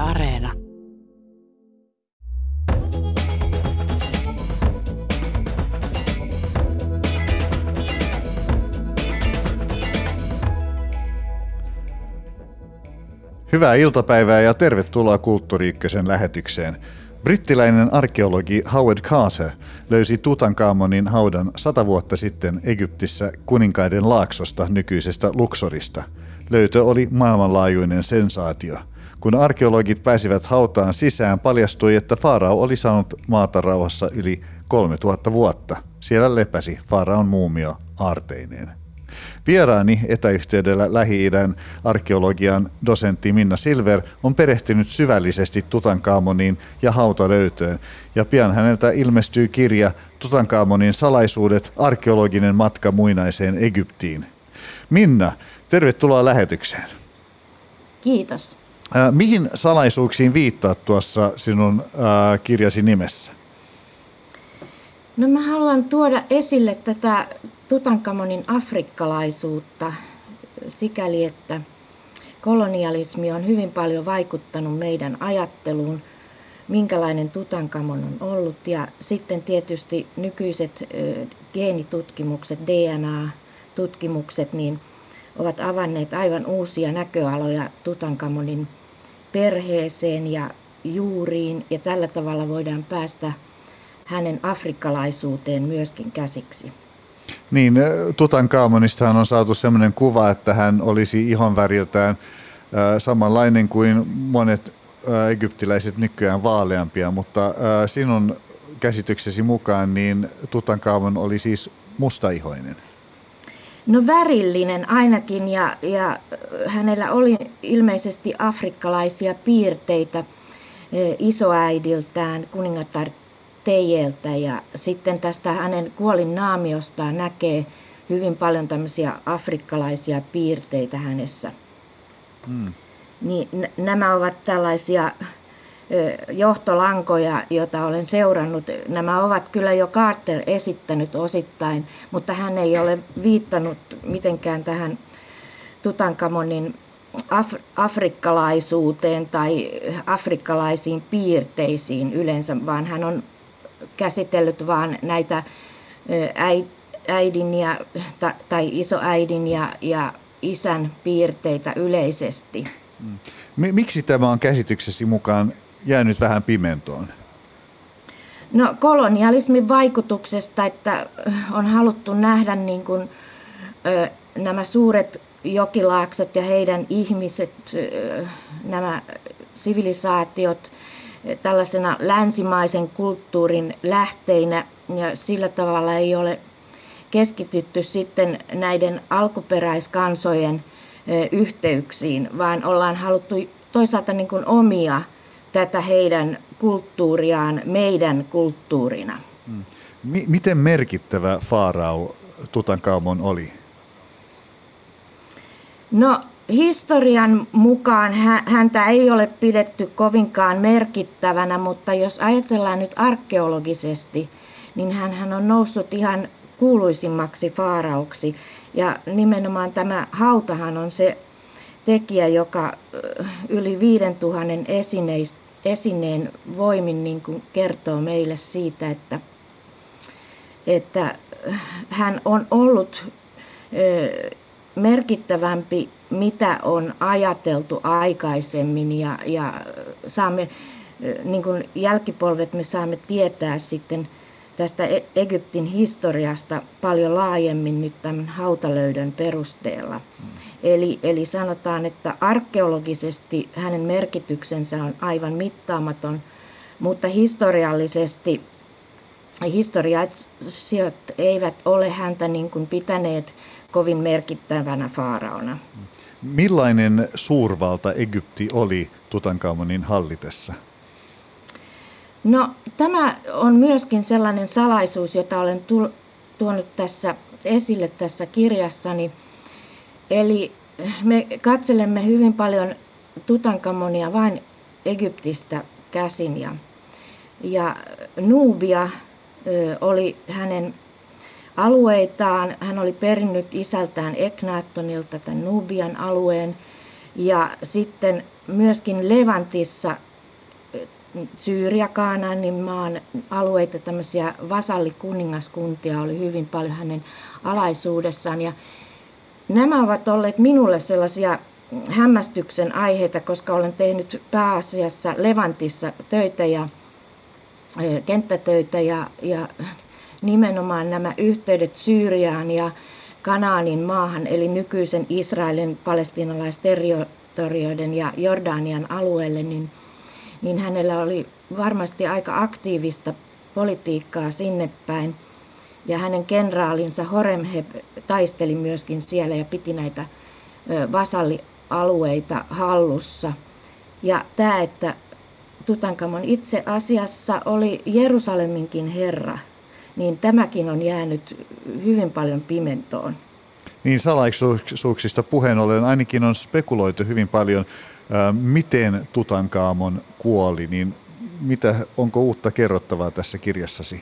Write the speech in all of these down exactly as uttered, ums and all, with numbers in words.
Areena. Hyvää iltapäivää ja tervetuloa Kulttuuri Ykkösen lähetykseen. Brittiläinen arkeologi Howard Carter löysi Tutankhamonin haudan sata vuotta sitten Egyptissä Kuninkaiden laaksosta nykyisestä Luxorista. Löytö oli maailmanlaajuinen sensaatio. Kun arkeologit pääsivät hautaan sisään, paljastui, että faarao oli saanut maata rauhassa yli kolmetuhatta vuotta. Siellä lepäsi faaraon muumio aarteineen. Vieraani etäyhteydellä Lähi-idän arkeologian dosentti Minna Silver on perehtynyt syvällisesti Tutankhamoniin ja hautalöytöön, ja pian häneltä ilmestyy kirja Tutankhamonin salaisuudet, arkeologinen matka muinaiseen Egyptiin. Minna, tervetuloa lähetykseen. Kiitos. Äh, mihin salaisuuksiin viittaat tuossa sinun äh, kirjasi nimessä? No mä haluan tuoda esille tätä Tutankhamonin afrikkalaisuutta sikäli, että kolonialismi on hyvin paljon vaikuttanut meidän ajatteluun, minkälainen Tutankhamon on ollut. Ja sitten tietysti nykyiset geenitutkimukset, D N A-tutkimukset, niin ovat avanneet aivan uusia näköaloja Tutankhamonin perheeseen ja juuriin, ja tällä tavalla voidaan päästä hänen afrikkalaisuuteen myöskin käsiksi. Niin, Tutankhamonistahan on saatu sellainen kuva, että hän olisi ihonväriltään samanlainen kuin monet egyptiläiset nykyään vaaleampia, mutta sinun käsityksesi mukaan niin Tutankhamon oli siis mustaihoinen. No värillinen ainakin, ja, ja hänellä oli ilmeisesti afrikkalaisia piirteitä isoäidiltään, kuningatar Teijeltä, ja sitten tästä hänen kuolinnaamiostaan näkee hyvin paljon tämmöisiä afrikkalaisia piirteitä hänessä. Hmm. Niin, n- nämä ovat tällaisia ö, johtolankoja, joita olen seurannut. Nämä ovat kyllä jo Carter esittänyt osittain, mutta hän ei ole viittanut mitenkään tähän Tutankhamonin af- afrikkalaisuuteen tai afrikkalaisiin piirteisiin yleensä, vaan hän on käsitellyt vaan näitä äidin ja, tai isoäidin ja, ja isän piirteitä yleisesti. Miksi tämä on käsityksesi mukaan jäänyt vähän pimentoon? No kolonialismin vaikutuksesta, että on haluttu nähdä niin kuin, ö, nämä suuret jokilaaksot ja heidän ihmiset, ö, nämä sivilisaatiot, tällaisena länsimaisen kulttuurin lähteinä, ja sillä tavalla ei ole keskitytty sitten näiden alkuperäiskansojen yhteyksiin, vaan ollaan haluttu toisaalta niin kuin omia tätä heidän kulttuuriaan meidän kulttuurina. M- miten merkittävä faarao Tutankhamon oli? No, historian mukaan häntä ei ole pidetty kovinkaan merkittävänä, mutta jos ajatellaan nyt arkeologisesti, niin hän on noussut ihan kuuluisimmaksi faarauksi. Ja nimenomaan tämä hautahan on se tekijä, joka yli viidentuhannen esineen voimin niin kuin kertoo meille siitä, että, että hän on ollut merkittävämpi, mitä on ajateltu aikaisemmin, ja, ja saamme, niin kuin jälkipolvet, me saamme tietää sitten tästä Egyptin historiasta paljon laajemmin nyt tämän hautalöydön perusteella. Mm. Eli, eli sanotaan, että arkeologisesti hänen merkityksensä on aivan mittaamaton, mutta historiallisesti historiaitsijoit eivät ole häntä niin kuin pitäneet kovin merkittävänä faaraona. Millainen suurvalta Egypti oli Tutankhamonin hallitessa? No, tämä on myöskin sellainen salaisuus, jota olen tuonut tässä esille tässä kirjassani. Eli me katselemme hyvin paljon Tutankhamonia vain Egyptistä käsin. Ja, ja Nubia ö, oli hänen alueitaan. Hän oli perinnyt isältään Eknaattonilta tämän Nubian alueen. Ja sitten myöskin Levantissa, Syyria, Kaanaanin maan alueita, tämmöisiä vasallikuningaskuntia oli hyvin paljon hänen alaisuudessaan. Ja nämä ovat olleet minulle sellaisia hämmästyksen aiheita, koska olen tehnyt pääasiassa Levantissa töitä ja kenttätöitä ja, ja nimenomaan nämä yhteydet Syyriaan ja Kanaanin maahan, eli nykyisen Israelin palestiinalaisterritorioiden ja Jordanian alueelle, niin, niin hänellä oli varmasti aika aktiivista politiikkaa sinne päin. Ja hänen kenraalinsa Horemheb taisteli myöskin siellä ja piti näitä vasallialueita hallussa. Ja tämä, että Tutankamon itse asiassa oli Jerusaleminkin herra, niin tämäkin on jäänyt hyvin paljon pimentoon. Niin, salaisuuksista puheen ollen ainakin on spekuloitu hyvin paljon, miten Tutankamon kuoli. Niin mitä, onko uutta kerrottavaa tässä kirjassasi?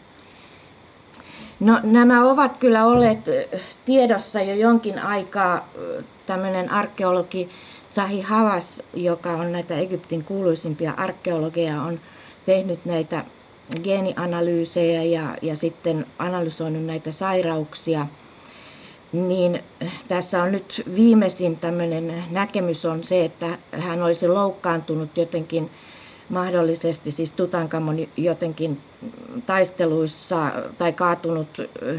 No, nämä ovat kyllä olleet tiedossa jo jonkin aikaa. Tämmöinen arkeologi Zahi Hawass, joka on näitä Egyptin kuuluisimpia arkeologeja, on tehnyt näitä geenianalyysejä ja, ja sitten analysoinut näitä sairauksia. Niin tässä on nyt viimeisin tämmöinen näkemys on se, että hän olisi loukkaantunut jotenkin mahdollisesti, siis Tutankamon jotenkin taisteluissa tai kaatunut ö, ö,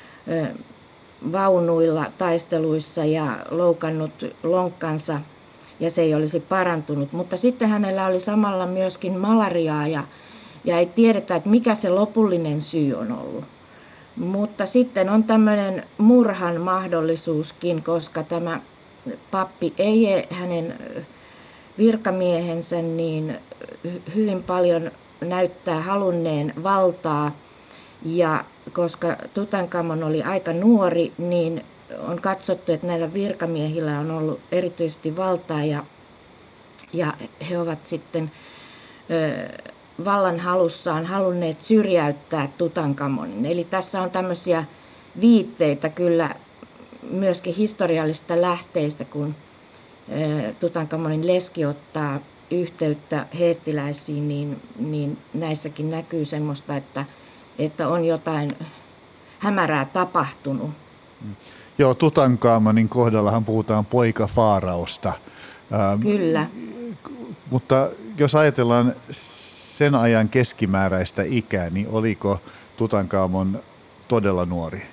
vaunuilla taisteluissa ja loukannut lonkkansa ja se ei olisi parantunut. Mutta sitten hänellä oli samalla myöskin malariaa ja, ja ei tiedetä, että mikä se lopullinen syy on ollut. Mutta sitten on tämmöinen murhan mahdollisuuskin, koska tämä pappi ei hänen virkamiehensä niin hyvin paljon näyttää halunneen valtaa. Ja koska Tutankamon oli aika nuori, niin on katsottu, että näillä virkamiehillä on ollut erityisesti valtaa ja, ja he ovat sitten ö, vallan halussaan halunneet syrjäyttää Tutankamonin. Eli tässä on tämmöisiä viitteitä kyllä myöskin historiallisista lähteistä, kun ö, Tutankamonin leski ottaa yhteyttä heettiläisiin, niin, niin näissäkin näkyy semmoista, että, että on jotain hämärää tapahtunut. Joo, Tutankamonin kohdallahan puhutaan poika Faaraosta. Kyllä. Ähm, mutta jos ajatellaan sen ajan keskimääräistä ikää, niin oliko Tutankamon todella nuori?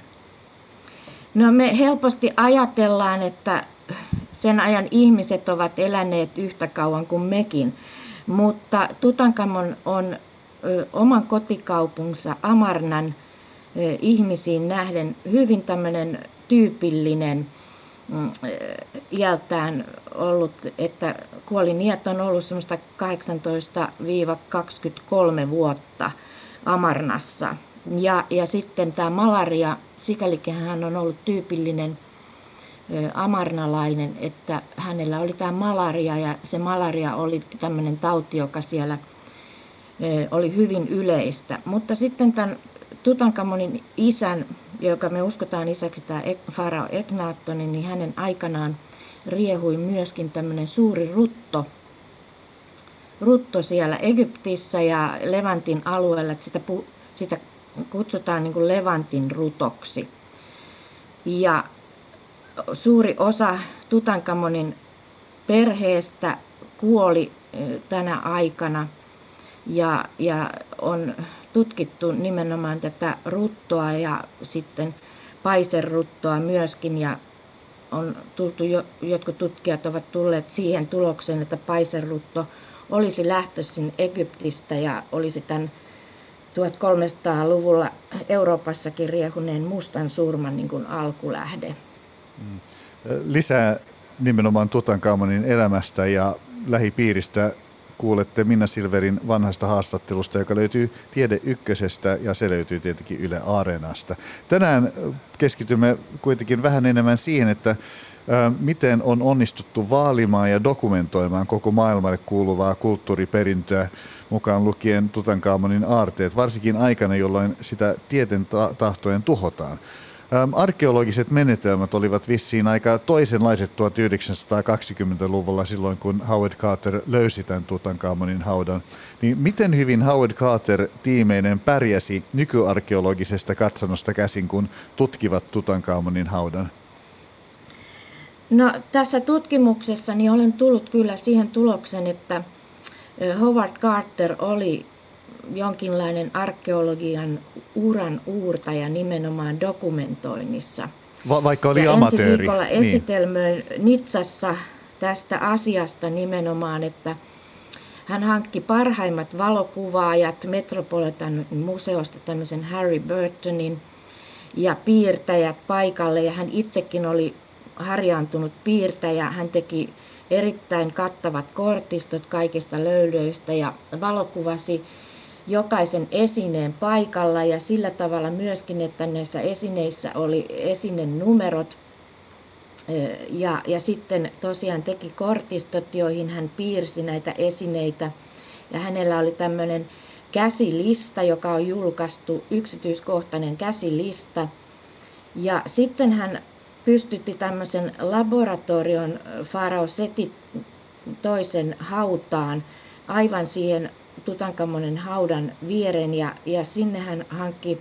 No me helposti ajatellaan, että sen ajan ihmiset ovat eläneet yhtä kauan kuin mekin, mutta Tutankamon on ö, oman kotikaupunsa Amarnan ö, ihmisiin nähden hyvin tämmöinen tyypillinen mm, iältään ollut, että kuoliniät on ollut semmoista kahdeksantoista kaksikymmentäkolme vuotta Amarnassa. Ja, ja sitten tämä malaria, sikälikin hän on ollut tyypillinen amarnalainen, että hänellä oli tämä malaria ja se malaria oli tämmöinen tauti, joka siellä oli hyvin yleistä. Mutta sitten tämän Tutankamonin isän, joka me uskotaan isäksi tämä farao Eknaatton, niin hänen aikanaan riehui myöskin tämmöinen suuri rutto, rutto siellä Egyptissä ja Levantin alueella, että sitä, sitä kutsutaan niin kuin Levantin rutoksi. Ja suuri osa Tutankamonin perheestä kuoli tänä aikana ja, ja on tutkittu nimenomaan tätä ruttoa ja sitten paiserruttoa myöskin ja on tultu, jotkut tutkijat ovat tulleet siihen tulokseen, että paiserrutto olisi lähtöisin Egyptistä ja olisi tämän tuhatkolmesataaluvulla Euroopassakin riehuneen mustan surman niin kuin alkulähde. Lisää nimenomaan Tutankamonin elämästä ja lähipiiristä kuulette Minna Silverin vanhasta haastattelusta, joka löytyy Tiede Ykkösestä ja se löytyy tietenkin Yle Areenasta. Tänään keskitymme kuitenkin vähän enemmän siihen, että miten on onnistuttu vaalimaan ja dokumentoimaan koko maailmalle kuuluvaa kulttuuriperintöä, mukaan lukien Tutankamonin aarteet, varsinkin aikana, jolloin sitä tieten tahtojen tuhotaan. Arkeologiset menetelmät olivat vissiin aika toisenlaiset tuhatyhdeksänsataakaksikymmentäluvulla silloin, kun Howard Carter löysi tämän Tutankhamonin haudan. Niin miten hyvin Howard Carter tiimeinen pärjäsi nykyarkeologisesta katsannosta käsin, kun tutkivat Tutankhamonin haudan? No, tässä tutkimuksessa niin olen tullut kyllä siihen tulokseen, että Howard Carter oli jonkinlainen arkeologian uran uurtaja nimenomaan dokumentoinnissa. Va- vaikka oli ja amatööri. Ensi viikolla esitelmöin niin. Nitsassa tästä asiasta nimenomaan, että hän hankki parhaimmat valokuvaajat Metropolitan museosta, tämmöisen Harry Burtonin, ja piirtäjät paikalle, ja hän itsekin oli harjaantunut piirtäjä. Hän teki erittäin kattavat kortistot kaikista löydöistä ja valokuvasi jokaisen esineen paikalla ja sillä tavalla myöskin, että näissä esineissä oli esinenumerot ja, ja sitten tosiaan teki kortistot, joihin hän piirsi näitä esineitä ja hänellä oli tämmöinen käsilista, joka on julkaistu, yksityiskohtainen käsilista ja sitten hän pystytti tämmöisen laboratorion Farao Seti toisen hautaan aivan siihen Tutankhamonin haudan vieren ja, ja sinne hän hankki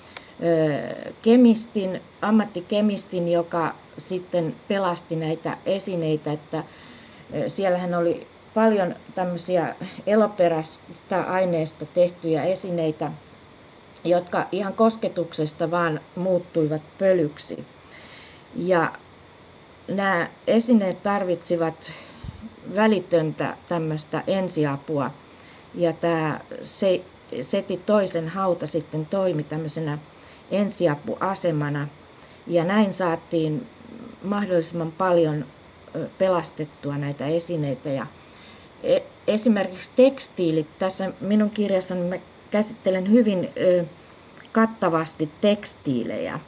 ö, kemistin, ammattikemistin, joka sitten pelasti näitä esineitä, että ö, siellähän oli paljon tämmöisiä eloperäistä aineesta tehtyjä esineitä, jotka ihan kosketuksesta vaan muuttuivat pölyksi. Ja nämä esineet tarvitsivat välitöntä tämmöistä ensiapua. Ja tämä Seti toisen hauta sitten toimi tämmöisenä ensiapuasemana. Ja näin saatiin mahdollisimman paljon pelastettua näitä esineitä. Ja esimerkiksi tekstiilit, tässä minun kirjassani mä käsittelen hyvin kattavasti tekstiilejä.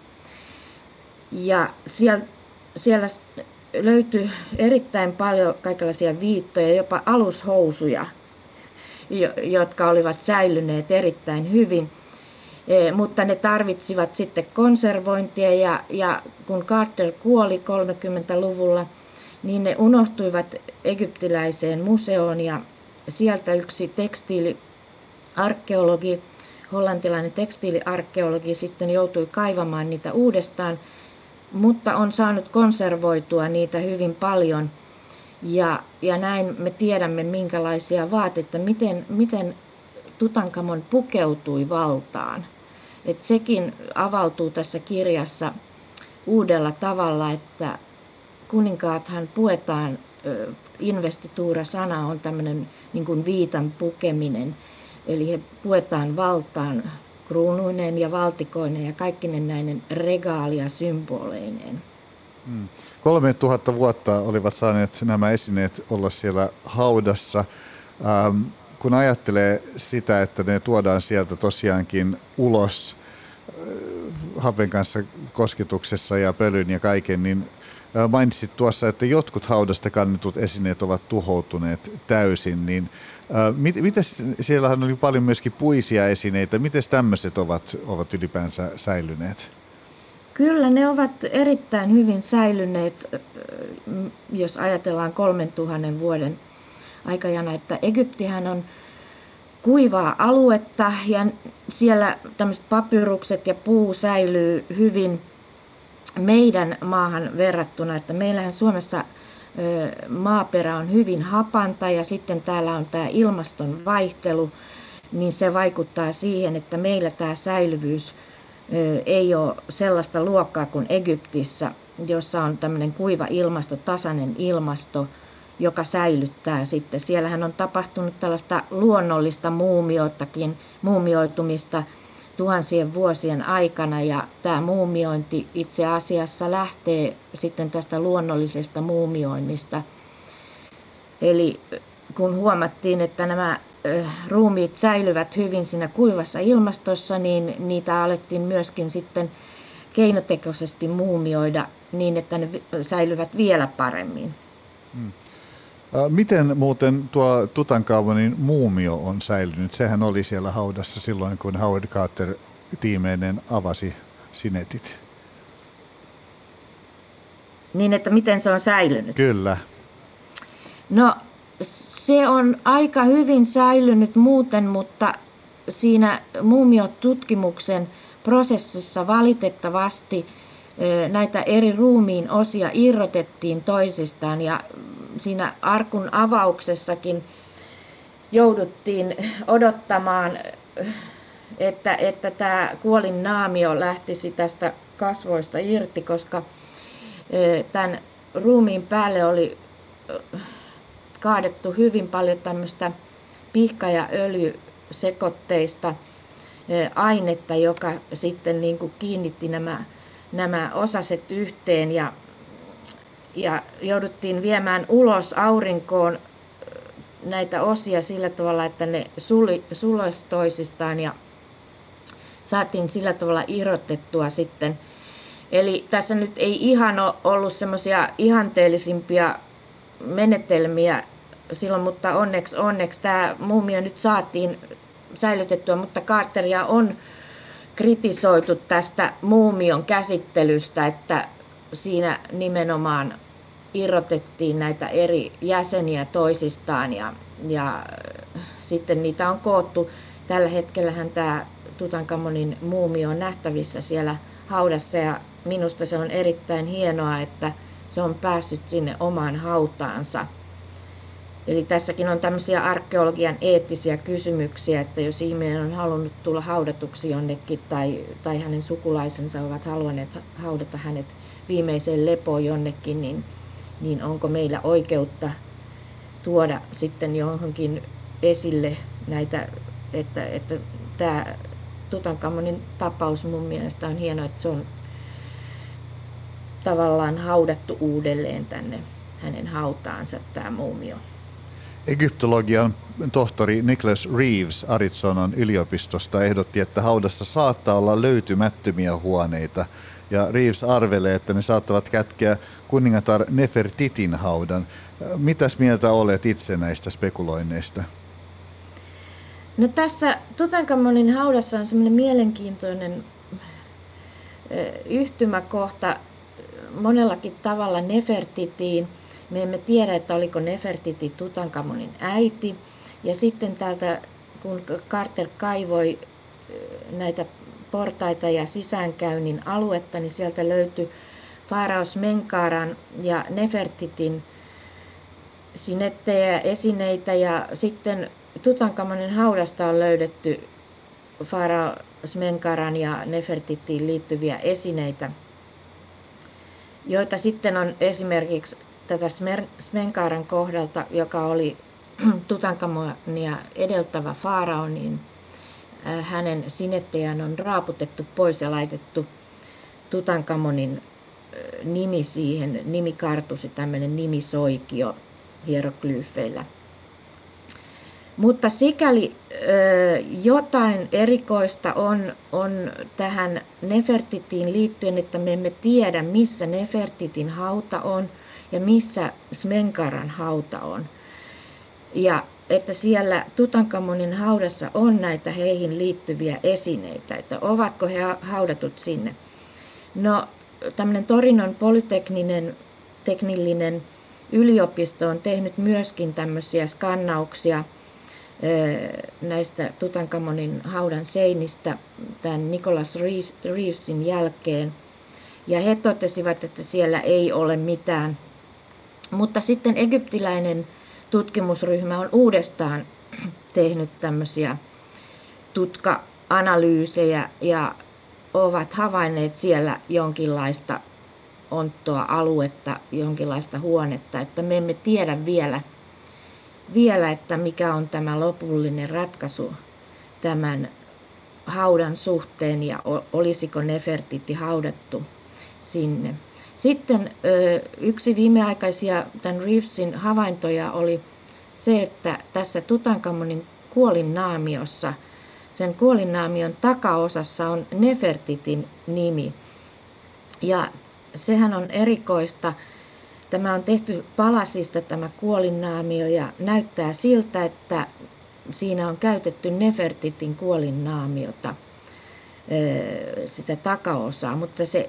Ja siellä, siellä löytyi erittäin paljon kaikenlaisia viittoja, jopa alushousuja, jotka olivat säilyneet erittäin hyvin, e, mutta ne tarvitsivat sitten konservointia ja, ja kun Carter kuoli kolmekymmentäluvulla, niin ne unohtuivat egyptiläiseen museoon ja sieltä yksi tekstiiliarkeologi, hollantilainen tekstiiliarkeologi sitten joutui kaivamaan niitä uudestaan, mutta on saanut konservoitua niitä hyvin paljon. Ja, ja näin me tiedämme, minkälaisia vaatteita, miten, miten Tutankhamon pukeutui valtaan. Et sekin avautuu tässä kirjassa uudella tavalla, että kuninkaathan puetaan, investitura-sana on tämmöinen niin kuin viitan pukeminen, eli he puetaan valtaan kruunuineen ja valtikoineen ja kaikkinen näinen regaalia symboleineen. Hmm. Kolme tuhatta vuotta olivat saaneet nämä esineet olla siellä haudassa. Ähm, kun ajattelee sitä, että ne tuodaan sieltä tosiaankin ulos äh, hapen kanssa kosketuksessa ja pölyn ja kaiken, niin äh, mainitsit tuossa, että jotkut haudasta kannetut esineet ovat tuhoutuneet täysin, niin äh, mit, mites, siellähän oli paljon myöskin puisia esineitä. Miten tämmöiset ovat, ovat ylipäänsä säilyneet? Kyllä ne ovat erittäin hyvin säilyneet, jos ajatellaan kolmen tuhannen vuoden aikajana, että Egyptihän on kuivaa aluetta ja siellä tämmöiset papyrukset ja puu säilyy hyvin meidän maahan verrattuna, että meillähän Suomessa maaperä on hyvin hapanta ja sitten täällä on tämä ilmaston vaihtelu, niin se vaikuttaa siihen, että meillä tämä säilyvyys ei ole sellaista luokkaa kuin Egyptissä, jossa on tämmöinen kuiva ilmasto, tasainen ilmasto, joka säilyttää sitten. Siellähän on tapahtunut tällaista luonnollista muumioitakin, muumioitumista tuhansien vuosien aikana ja tämä muumiointi itse asiassa lähtee sitten tästä luonnollisesta muumioinnista. Eli kun huomattiin, että nämä ruumiit säilyvät hyvin siinä kuivassa ilmastossa, niin niitä alettiin myöskin sitten keinotekoisesti muumioida niin, että ne säilyvät vielä paremmin. Hmm. Miten muuten tuo Tutankhamonin muumio on säilynyt? Sehän oli siellä haudassa silloin, kun Howard Carter tiimeinen avasi sinetit. Niin, että miten se on säilynyt? Kyllä. No, se on aika hyvin säilynyt muuten, mutta siinä muumiotutkimuksen prosessissa valitettavasti näitä eri ruumiin osia irrotettiin toisistaan ja siinä arkun avauksessakin jouduttiin odottamaan, että, että tämä kuolinnaamio lähtisi tästä kasvoista irti, koska tämän ruumiin päälle oli kaadettu hyvin paljon tämmöistä pihka- ja öljysekoitteista ainetta, joka sitten niin kuin kiinnitti nämä, nämä osaset yhteen ja, ja jouduttiin viemään ulos aurinkoon näitä osia sillä tavalla, että ne suli, sulosi toisistaan ja saatiin sillä tavalla irrotettua sitten. Eli tässä nyt ei ihan ole ollut semmoisia ihanteellisimpia menetelmiä silloin, mutta onneksi, onneksi tämä muumio nyt saatiin säilytettyä, mutta Carteria on kritisoitu tästä muumion käsittelystä, että siinä nimenomaan irrotettiin näitä eri jäseniä toisistaan ja, ja sitten niitä on koottu. Tällä hetkellähän tämä Tutankamonin muumio on nähtävissä siellä haudassa ja minusta se on erittäin hienoa, että se on päässyt sinne omaan hautaansa. Eli tässäkin on tämmöisiä arkeologian eettisiä kysymyksiä, että jos ihminen on halunnut tulla haudatuksi jonnekin tai, tai hänen sukulaisensa ovat halunneet haudata hänet viimeiseen lepoon jonnekin, niin, niin onko meillä oikeutta tuoda sitten johonkin esille näitä, että, että tämä Tutankamonin tapaus mun mielestä on hienoa, että se on tavallaan haudattu uudelleen tänne hänen hautaansa tämä muumio. Egyptologian tohtori Nicholas Reeves Arizonan yliopistosta ehdotti, että haudassa saattaa olla löytymättömiä huoneita. Ja Reeves arvelee, että ne saattavat kätkeä kuningatar Nefertitin haudan. Mitäs mieltä olet itse näistä spekuloinneista? No tässä Tutankamonin haudassa on semmoinen mielenkiintoinen yhtymäkohta monellakin tavalla Nefertitiin. Me emme tiedä, että oliko Nefertiti Tutankamonin äiti. Ja sitten täältä, kun Carter kaivoi näitä portaita ja sisäänkäynnin aluetta, niin sieltä löytyi Faraos Menkaran ja Nefertitin sinettejä ja esineitä. Ja sitten Tutankamonin haudasta on löydetty Faraos Menkaran ja Nefertitiin liittyviä esineitä, joita sitten on esimerkiksi tätä Menkaran kohdalta, joka oli Tutankamonia edeltävä faarao, niin hänen sinettejään on raaputettu pois ja laitettu Tutankamonin nimi siihen, nimikartusi, tämmöinen nimisoikio hieroglyfeillä. Mutta sikäli jotain erikoista on, on tähän Nefertitiin liittyen, että me emme tiedä, missä Nefertitin hauta on ja missä Smenkaran hauta on. Ja että siellä Tutankamonin haudassa on näitä heihin liittyviä esineitä, että ovatko he haudatut sinne. No, tämmöinen Torinon polytekninen teknillinen yliopisto on tehnyt myöskin tämmöisiä skannauksia näistä Tutankamonin haudan seinistä tämän Nicholas Reevesin jälkeen. Ja he totesivat, että siellä ei ole mitään. Mutta sitten egyptiläinen tutkimusryhmä on uudestaan tehnyt tämmöisiä tutka-analyysejä ja ovat havainneet siellä jonkinlaista onttoa aluetta, jonkinlaista huonetta, että me emme tiedä vielä, vielä, että mikä on tämä lopullinen ratkaisu tämän haudan suhteen ja olisiko Nefertiti haudattu sinne. Sitten yksi viimeaikaisia tämän Reevesin havaintoja oli se, että tässä Tutankamonin kuolinnaamiossa, sen kuolinnaamion takaosassa on Nefertitin nimi. Ja sehän on erikoista. Tämä on tehty palasista tämä kuolinnaamio ja näyttää siltä, että siinä on käytetty Nefertitin kuolinnaamiota, sitä takaosaa, mutta se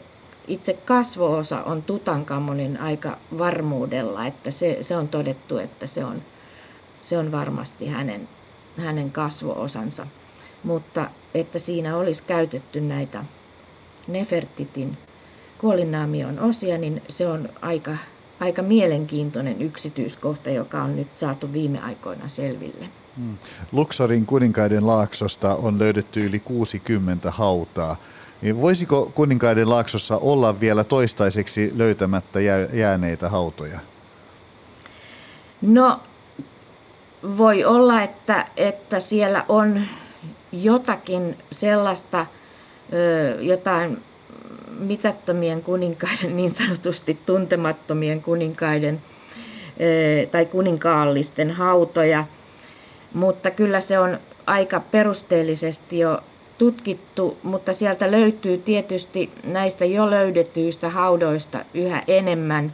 itse kasvoosa on Tutankamonin aika varmuudella, että se, se on todettu, että se on, se on varmasti hänen, hänen kasvoosansa. Mutta että siinä olisi käytetty näitä Nefertitin kuolinnaamion osia, niin se on aika, aika mielenkiintoinen yksityiskohta, joka on nyt saatu viime aikoina selville. Hmm. Luxorin kuninkaiden laaksosta on löydetty yli kuusikymmentä hautaa. Voisiko kuninkaiden laaksossa olla vielä toistaiseksi löytämättä jääneitä hautoja? No, voi olla, että, että siellä on jotakin sellaista, jotain mitättömien kuninkaiden, niin sanotusti tuntemattomien kuninkaiden tai kuninkaallisten hautoja, mutta kyllä se on aika perusteellisesti jo tutkittu, mutta sieltä löytyy tietysti näistä jo löydetyistä haudoista yhä enemmän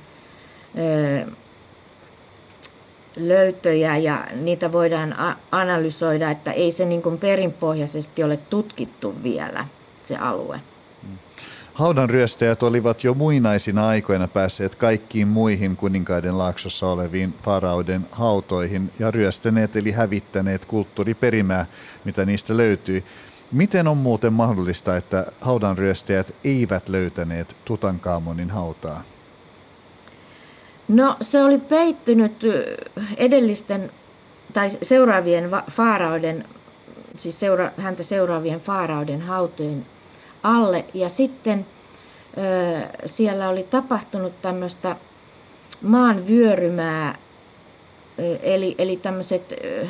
löytöjä ja niitä voidaan analysoida, että ei se niin kuin perinpohjaisesti ole tutkittu vielä se alue. Haudanryöstäjät olivat jo muinaisina aikoina päässeet kaikkiin muihin kuninkaiden laaksossa oleviin faraoiden hautoihin ja ryöstäneet eli hävittäneet kulttuuriperimää, mitä niistä löytyi. Miten on muuten mahdollista, että haudanryöstäjät eivät löytäneet Tutankamonin hautaa? No se oli peittynyt edellisten tai seuraavien faraoiden, siis seura, häntä seuraavien faraoiden hautojen alle ja sitten ö, siellä oli tapahtunut tämmöistä maan vyörymää, eli, eli tämmöiset ö,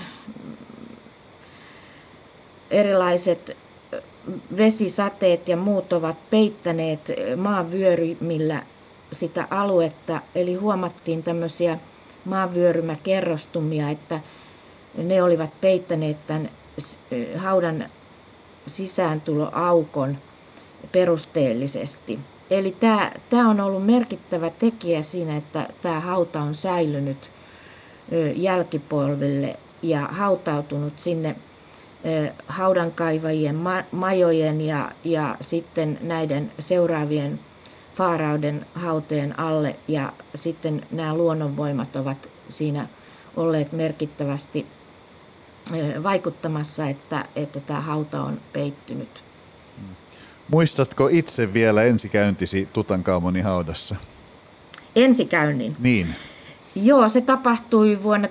erilaiset vesisateet ja muut ovat peittäneet maanvyörymillä sitä aluetta, eli huomattiin tämmöisiä maanvyörymäkerrostumia, että ne olivat peittäneet tämän haudan sisääntuloaukon perusteellisesti. Eli tämä, tämä on ollut merkittävä tekijä siinä, että tämä hauta on säilynyt jälkipolville ja hautautunut sinne haudankaivajien majojen ja, ja sitten näiden seuraavien faarauden hautojen alle ja sitten nämä luonnonvoimat ovat siinä olleet merkittävästi vaikuttamassa, että, että tämä hauta on peittynyt. Muistatko itse vielä ensikäyntisi Tutankamonin haudassa? Ensikäynnin? Niin. Joo, se tapahtui vuonna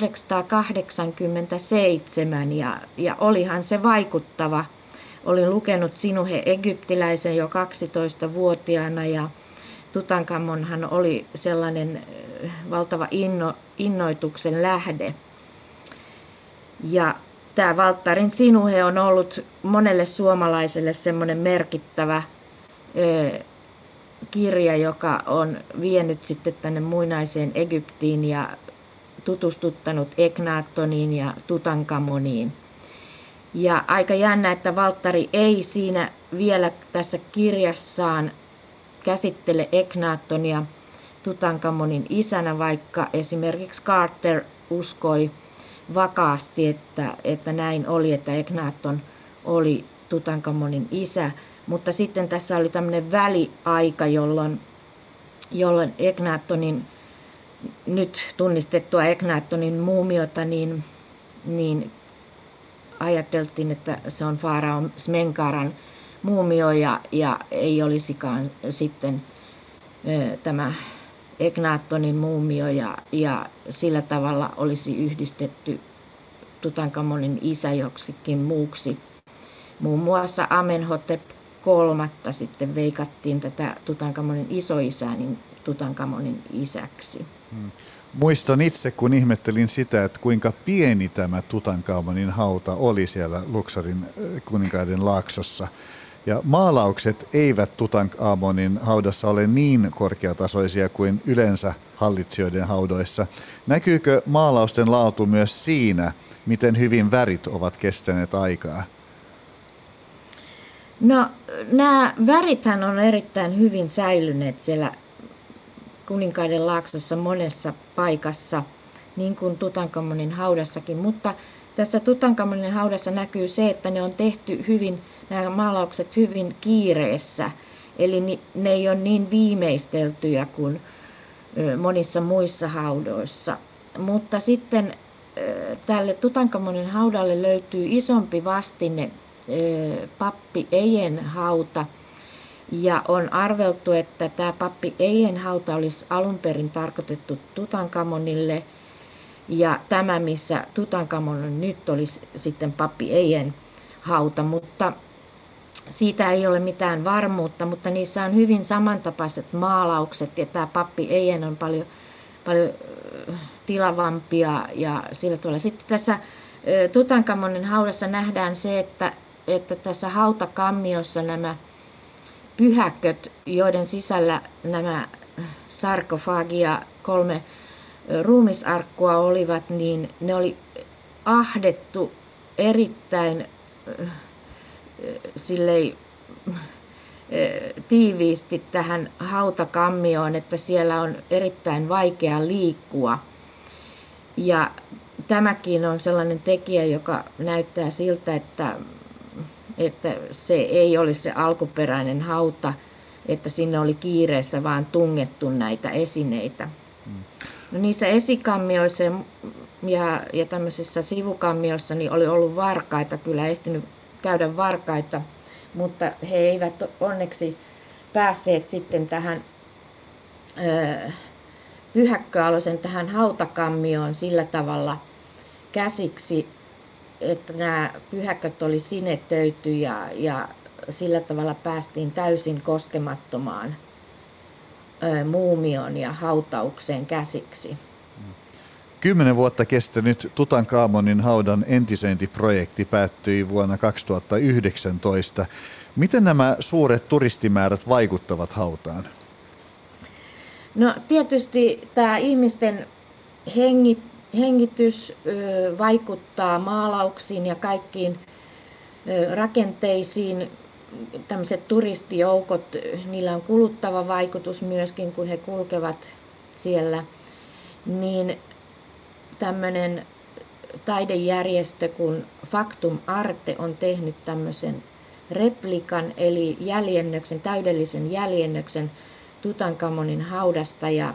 tuhatyhdeksänsataakahdeksankymmentäseitsemän ja, ja olihan se vaikuttava. Olin lukenut Sinuhe Egyptiläisen jo kaksitoistavuotiaana ja Tutankamonhan oli sellainen valtava inno, innoituksen lähde. Ja tämä Valttarin Sinuhe on ollut monelle suomalaiselle semmoinen merkittävä ö, kirja, joka on vienyt sitten tänne muinaiseen Egyptiin ja tutustuttanut Eknaatoniin ja Tutankamoniin. Ja aika jännä, että Valttari ei siinä vielä tässä kirjassaan käsittele Eknaatonia Tutankamonin isänä, vaikka esimerkiksi Carter uskoi vakaasti, että, että näin oli, että Eknaaton oli Tutankamonin isä. Mutta sitten tässä oli tämmöinen väliaika, jolloin, jolloin Eknaatonin, nyt tunnistettua Eknaatonin muumiota, niin, niin ajateltiin, että se on faarao Smenkaran muumio ja, ja ei olisikaan sitten ö, tämä Eknaatonin muumio ja, ja sillä tavalla olisi yhdistetty Tutankamonin isä joksikin muuksi. Muun muassa Amenhotep kolmatta sitten veikattiin tätä Tutankamonin isoisää niin Tutankamonin isäksi. Hmm. Muistan itse, kun ihmettelin sitä, että kuinka pieni tämä Tutankamonin hauta oli siellä Luxorin kuninkaiden laaksossa. Ja maalaukset eivät Tutankamonin haudassa ole niin korkeatasoisia kuin yleensä hallitsijoiden haudoissa. Näkyykö maalausten laatu myös siinä, miten hyvin värit ovat kestäneet aikaa? No, nämä värithän on erittäin hyvin säilyneet siellä kuninkaiden laaksossa monessa paikassa, niin kuin Tutankamonin haudassakin. Mutta tässä Tutankamonin haudassa näkyy se, että ne on tehty hyvin, nämä maalaukset hyvin kiireessä. Eli ne ei ole niin viimeisteltyjä kuin monissa muissa haudoissa. Mutta sitten tälle Tutankamonin haudalle löytyy isompi vastine, pappi Ejen hauta. Ja on arveltu, että tämä pappi Ejen hauta olisi alun perin tarkoitettu Tutankamonille. Ja tämä, missä Tutankamon on nyt, olisi sitten pappi Ejen hauta. Mutta siitä ei ole mitään varmuutta, mutta niissä on hyvin samantapaiset maalaukset. Ja tämä pappi Ejen on paljon, paljon tilavampia ja sillä tavalla. Sitten tässä Tutankamonin haudassa nähdään se, että, että tässä hautakammiossa nämä pyhäköt, joiden sisällä nämä sarkofagia, kolme ruumisarkkua olivat, niin ne oli ahdettu erittäin sillei, tiiviisti tähän hautakammioon, että siellä on erittäin vaikea liikkua. Ja tämäkin on sellainen tekijä, joka näyttää siltä, että, että se ei olisi se alkuperäinen hauta, että sinne oli kiireessä vaan tungettu näitä esineitä. No, niissä esikammioissa ja, ja tämmöisissä sivukammioissa niin oli ollut varkaita, kyllä ehtinyt käydä varkaita, mutta he eivät onneksi päässeet sitten tähän ö, pyhäkköaloisen tähän hautakammioon sillä tavalla käsiksi, että nämä pyhäköt oli sinetöity ja, ja sillä tavalla päästiin täysin koskemattomaan ö, muumioon ja hautaukseen käsiksi. Kymmenen vuotta kestänyt Tutankamonin haudan entisöintiprojekti päättyi vuonna kaksituhattayhdeksäntoista. Miten nämä suuret turistimäärät vaikuttavat hautaan? No tietysti tämä ihmisten hengit, hengitys ö, vaikuttaa maalauksiin ja kaikkiin ö, rakenteisiin. Tämmöiset turistijoukot, niillä on kuluttava vaikutus myöskin, kun he kulkevat siellä. Niin tämmöinen taidejärjestö kuin Factum Arte on tehnyt tämmöisen replikan, eli jäljennöksen, täydellisen jäljennöksen Tutankamonin haudasta, ja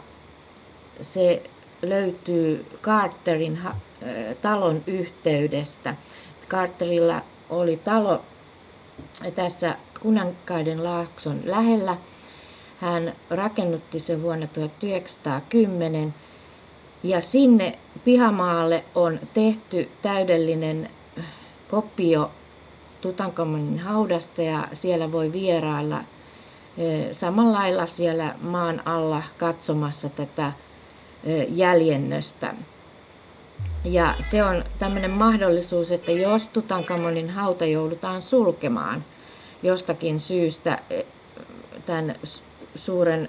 se löytyy Carterin talon yhteydestä. Carterilla oli talo tässä Kuninkaiden laakson lähellä. Hän rakennutti sen vuonna tuhatyhdeksänsataakymmenen. Ja sinne pihamaalle on tehty täydellinen kopio Tutankamonin haudasta ja siellä voi vierailla samalla lailla siellä maan alla katsomassa tätä jäljennöstä. Ja se on tämmöinen mahdollisuus, että jos Tutankamonin hauta joudutaan sulkemaan jostakin syystä tämän suuren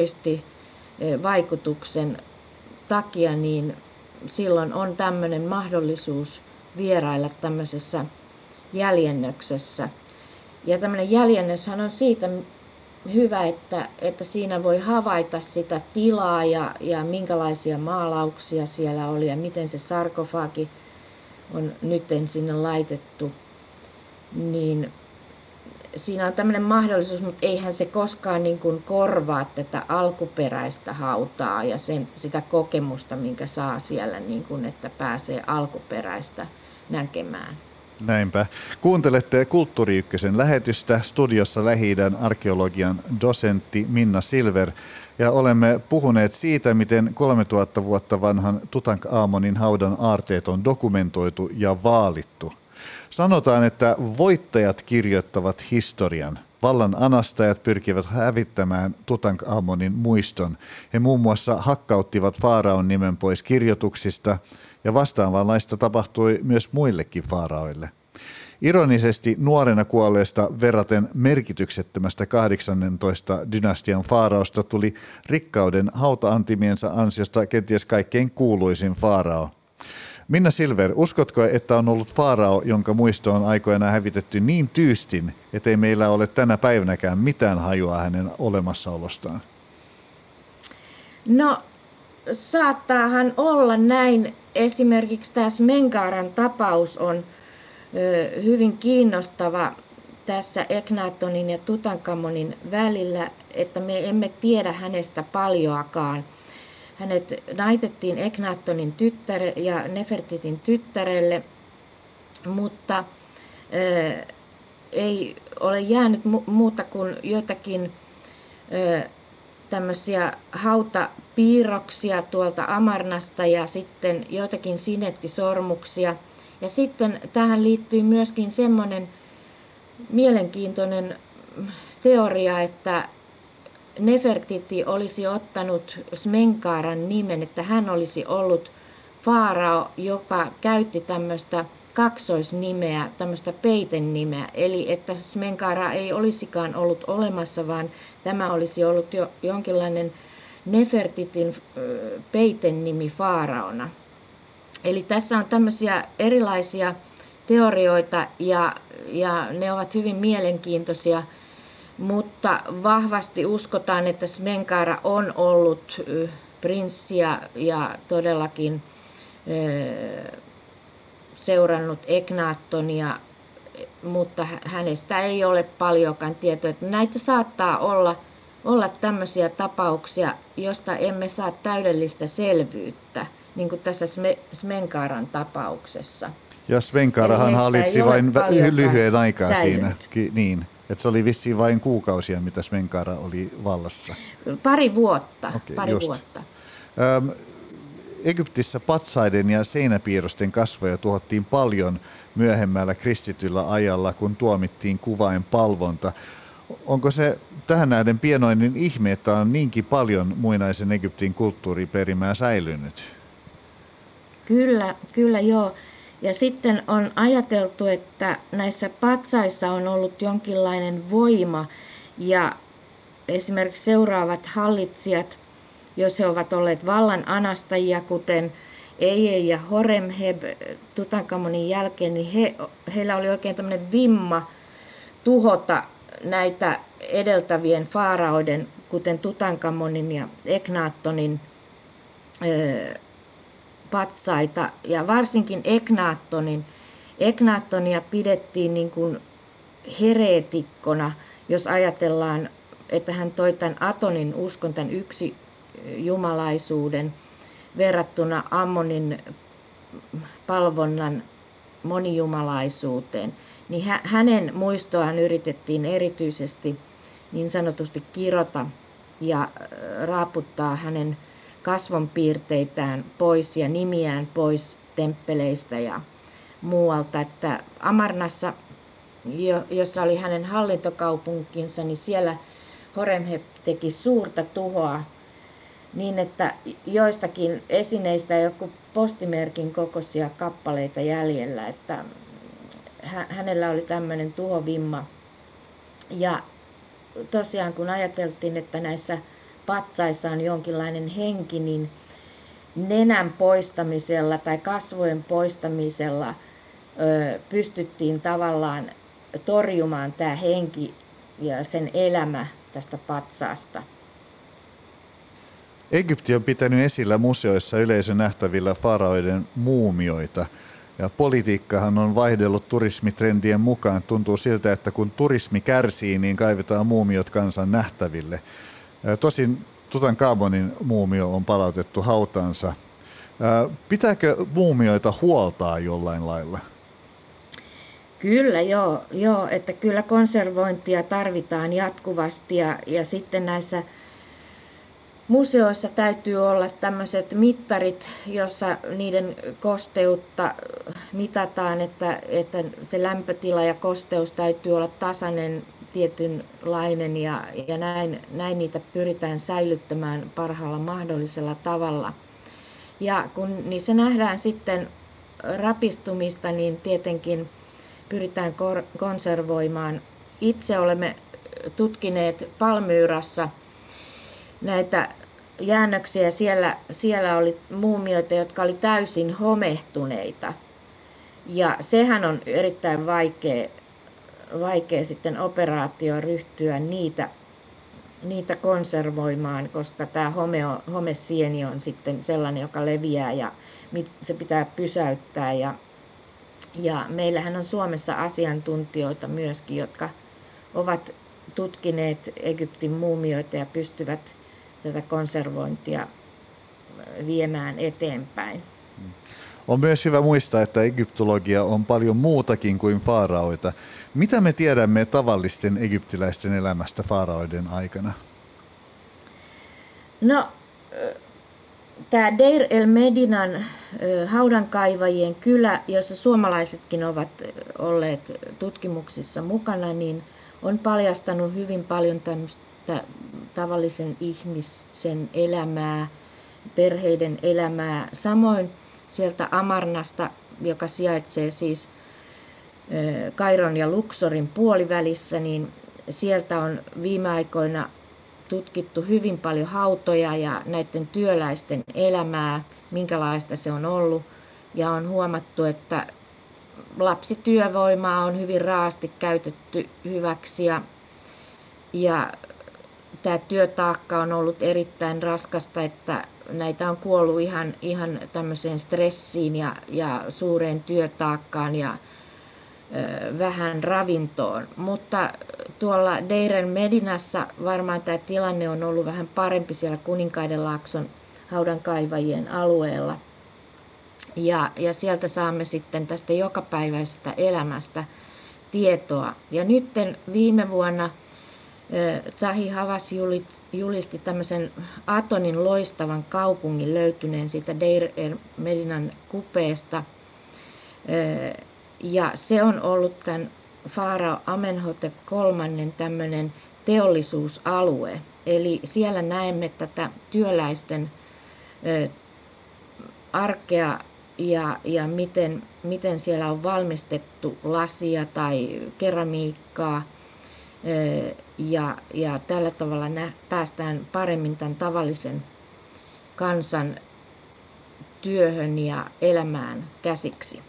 turistivaikutuksen takia, niin silloin on tämmöinen mahdollisuus vierailla tämmöisessä jäljennöksessä. Ja tämmöinen jäljennöshän on siitä hyvä, että, että siinä voi havaita sitä tilaa ja, ja minkälaisia maalauksia siellä oli ja miten se sarkofagi on nyt sinne laitettu. Niin siinä on tämmöinen mahdollisuus, mutta eihän se koskaan niin kuin korvaa tätä alkuperäistä hautaa ja sen, sitä kokemusta, minkä saa siellä, niin kuin, että pääsee alkuperäistä näkemään. Näinpä. Kuuntelette Kulttuuri Ykkösen lähetystä, studiossa Lähi-idän arkeologian dosentti Minna Silver, ja olemme puhuneet siitä, miten kolmetuhatta vuotta vanhan Tutankamonin haudan aarteet on dokumentoitu ja vaalittu. Sanotaan, että voittajat kirjoittavat historian. Vallan anastajat pyrkivät hävittämään Tutankamonin muiston. He muun muassa hakkauttivat faaraon nimen pois kirjoituksista, ja vastaavanlaista tapahtui myös muillekin faaraoille. Ironisesti nuorena kuolleesta verraten merkityksettömästä kahdeksannentoista dynastian faaraosta tuli rikkauden hauta-antimiensa ansiosta kenties kaikkein kuuluisin faarao. Minna Silver, uskotko, että on ollut faarao, jonka muisto on aikoinaan hävitetty niin tyystin, ettei meillä ole tänä päivänäkään mitään hajua hänen olemassaolostaan? No, saattaahan olla näin. Esimerkiksi tämä Smenkhkaran tapaus on ö, hyvin kiinnostava. tässä Eknaattonin ja Tutankamonin välillä, että me emme tiedä hänestä paljoakaan. Hänet naitettiin Eknaattonin tyttäre ja Nefertitin tyttärelle, mutta äh, ei ole jäänyt mu- muuta kuin joitakin äh, tämmöisiä hautapiirroksia tuolta Amarnasta ja sitten joitakin sinettisormuksia. Ja sitten tähän liittyy myöskin semmoinen mielenkiintoinen teoria, että Nefertiti olisi ottanut Smenkaaran nimen, että hän olisi ollut faarao, joka käytti tämmöistä kaksoisnimeä, tämmöistä peitenimeä. Eli että Smenkaara ei olisikaan ollut olemassa, vaan tämä olisi ollut jo jonkinlainen Nefertitin peitennimi faaraona. Eli tässä on tämmöisiä erilaisia teorioita ja, ja ne ovat hyvin mielenkiintoisia, mutta vahvasti uskotaan, että Smenkaara on ollut prinssi ja, ja todellakin ö, seurannut Eknaattonia, mutta hänestä ei ole paljonkaan tietoa. Näitä saattaa olla, olla tämmöisiä tapauksia, joista emme saa täydellistä selvyyttä, niin kuin tässä Smenkaaran tapauksessa. Ja Smenkaarahan hallitsi vain lyhyen aikaa siinä. Niin, että se oli vissiin vain kuukausia, mitä Smenkaara oli vallassa. Pari vuotta. Okay, pari just. vuotta. Ähm, Egyptissä patsaiden ja seinäpiirrosten kasvoja tuhottiin paljon myöhemmällä kristityllä ajalla, kun tuomittiin kuvain palvonta. Onko se tähän nähden pienoinen ihme, että on niinkin paljon muinaisen Egyptin kulttuuriperimää säilynyt? Kyllä, kyllä joo. Ja sitten on ajateltu, että näissä patsaissa on ollut jonkinlainen voima ja esimerkiksi seuraavat hallitsijat, jos he ovat olleet vallan anastajia, kuten Eije ja Horemheb Tutankamonin jälkeen, niin he, heillä oli oikein tämmöinen vimma tuhota näitä edeltävien faaraoiden, kuten Tutankamonin ja Eknaattonin ö, patsaita. Ja varsinkin Eknaattonin. Eknaattonia pidettiin niin kuin hereetikkona, jos ajatellaan, että hän toi tämän Atonin uskon, tämän yksi jumalaisuuden verrattuna Ammonin palvonnan monijumalaisuuteen, niin hänen muistoaan yritettiin erityisesti niin sanotusti kirota ja raaputtaa hänen kasvonpiirteitään pois ja nimiään pois temppeleistä ja muualta. Että Amarnassa, jossa oli hänen hallintokaupunkinsa, niin siellä Horemheb teki suurta tuhoa niin, että joistakin esineistä ei ole postimerkin kokoisia kappaleita jäljellä, että hänellä oli tämmöinen tuhovimma. Ja tosiaan kun ajateltiin, että näissä patsaissa on jonkinlainen henki, niin nenän poistamisella tai kasvojen poistamisella ö, pystyttiin tavallaan torjumaan tämä henki ja sen elämä tästä patsaasta. Egypti on pitänyt esillä museoissa yleisön nähtävillä faraoiden muumioita. Ja politiikkahan on vaihdellut turismitrendien mukaan. Tuntuu siltä, että kun turismi kärsii, niin kaivetaan muumiot kansan nähtäville. Tosin Tutankamonin muumio on palautettu hautaansa. Pitääkö muumioita huoltaa jollain lailla? Kyllä, joo, joo, että kyllä konservointia tarvitaan jatkuvasti ja, ja sitten näissä museoissa täytyy olla tämmöiset mittarit, jossa niiden kosteutta mitataan, että, että se lämpötila ja kosteus täytyy olla tasainen, tietynlainen ja, ja näin, näin niitä pyritään säilyttämään parhaalla mahdollisella tavalla. Ja kun niissä nähdään sitten rapistumista, niin tietenkin pyritään konservoimaan. Itse olemme tutkineet Palmyrassa näitä jäännöksiä. Siellä, siellä oli muumioita, jotka oli täysin homehtuneita. Ja sehän on erittäin vaikea, vaikea sitten operaatio ryhtyä niitä, niitä konservoimaan, koska tämä home, homesieni on sitten sellainen, joka leviää ja se pitää pysäyttää. Ja Ja meillähän on Suomessa asiantuntijoita myöskin, jotka ovat tutkineet Egyptin muumioita ja pystyvät tätä konservointia viemään eteenpäin. On myös hyvä muistaa, että egyptologia on paljon muutakin kuin faaraoita. Mitä me tiedämme tavallisten egyptiläisten elämästä faaraoiden aikana? No, tämä Deir el Medinan haudankaivajien kylä, jossa suomalaisetkin ovat olleet tutkimuksissa mukana, niin on paljastanut hyvin paljon tämmöistä tavallisen ihmisen elämää, perheiden elämää. Samoin sieltä Amarnasta, joka sijaitsee siis Kairon ja Luxorin puolivälissä, niin sieltä on viime aikoina tutkittu hyvin paljon hautoja ja näiden työläisten elämää, minkälaista se on ollut. Ja on huomattu, että lapsityövoimaa on hyvin raasti käytetty hyväksi ja, ja tämä työtaakka on ollut erittäin raskasta, että näitä on kuollut ihan, ihan tämmöiseen stressiin ja, ja suureen työtaakkaan ja ö, vähän ravintoon. Mutta tuolla Deir el Medinassa varmaan tämä tilanne on ollut vähän parempi siellä Kuninkaidenlaakson haudankaivajien alueella. Ja, ja sieltä saamme sitten tästä jokapäiväisestä elämästä tietoa. Ja nyt viime vuonna Zahi Hawass julisti tämmöisen Atonin loistavan kaupungin löytyneen siitä Deir el Medinan kupeesta. Ja se on ollut tämän faarao Amenhotep kolmannen tämmöinen teollisuusalue. Eli siellä näemme tätä työläisten arkea ja, ja miten, miten siellä on valmistettu lasia tai keramiikkaa. Ja, ja tällä tavalla nä, päästään paremmin tämän tavallisen kansan työhön ja elämään käsiksi.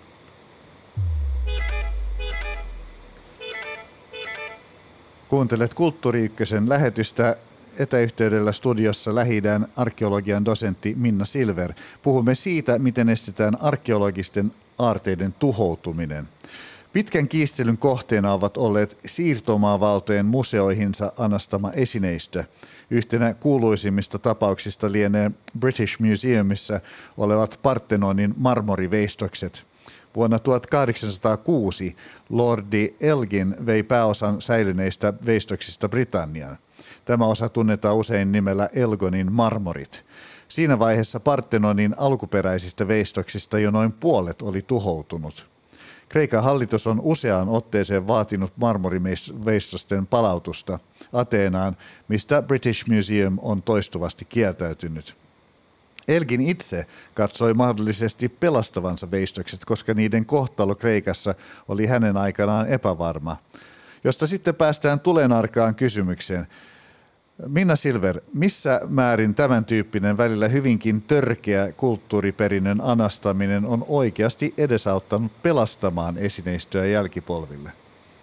Kuuntelet Kulttuuri Ykkösen lähetystä. Etäyhteydellä studiossa Lähi-idän arkeologian dosentti Minna Silver. Puhumme siitä, miten estetään arkeologisten aarteiden tuhoutuminen. Pitkän kiistelyn kohteena ovat olleet siirtomaavaltojen museoihinsa anastama esineistö. Yhtenä kuuluisimmista tapauksista lienee British Museumissa olevat Parthenonin marmoriveistokset. Vuonna tuhatkahdeksansataakuusi lordi Elgin vei pääosan säilyneistä veistoksista Britanniaan. Tämä osa tunnetaan usein nimellä Elgonin marmorit. Siinä vaiheessa Parthenonin alkuperäisistä veistoksista jo noin puolet oli tuhoutunut. Kreikan hallitus on useaan otteeseen vaatinut marmoriveistosten palautusta Ateenaan, mistä British Museum on toistuvasti kieltäytynyt. Elgin itse katsoi mahdollisesti pelastavansa veistokset, koska niiden kohtalo Kreikassa oli hänen aikanaan epävarma. Josta sitten päästään tulenarkaan kysymykseen. Minna Silver, missä määrin tämän tyyppinen välillä hyvinkin törkeä kulttuuriperinnön anastaminen on oikeasti edesauttanut pelastamaan esineistöä jälkipolville?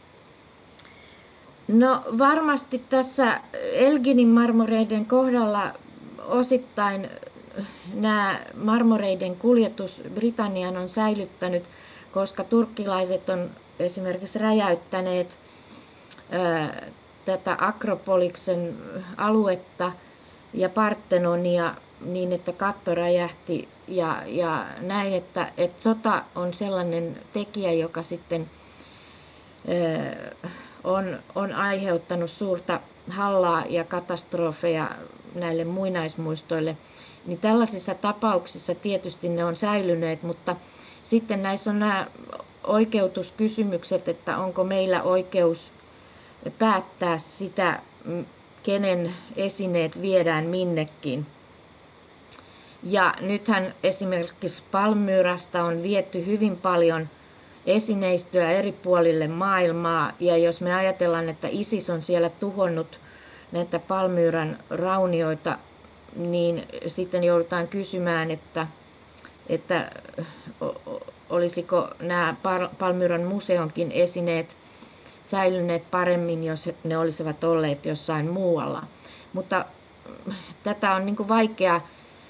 No varmasti tässä Elginin marmoreiden kohdalla osittain nämä marmoreiden kuljetus Britanniaan on säilyttänyt, koska turkkilaiset on esimerkiksi räjäyttäneet ää, tätä Akropoliksen aluetta ja Parthenonia niin, että katto räjähti ja, ja näin, että, että sota on sellainen tekijä, joka sitten ää, on, on aiheuttanut suurta hallaa ja katastrofeja näille muinaismuistoille. Niin tällaisissa tapauksissa tietysti ne on säilyneet, mutta sitten näissä on nämä oikeutuskysymykset, että onko meillä oikeus päättää sitä, kenen esineet viedään minnekin. Ja nythän esimerkiksi Palmyrasta on viety hyvin paljon esineistöä eri puolille maailmaa, ja jos me ajatellaan, että ISIS on siellä tuhonnut näitä Palmyran raunioita, niin sitten joudutaan kysymään, että, että olisiko nämä Palmyran museonkin esineet säilyneet paremmin, jos ne olisivat olleet jossain muualla. Mutta tätä on niin kuin vaikea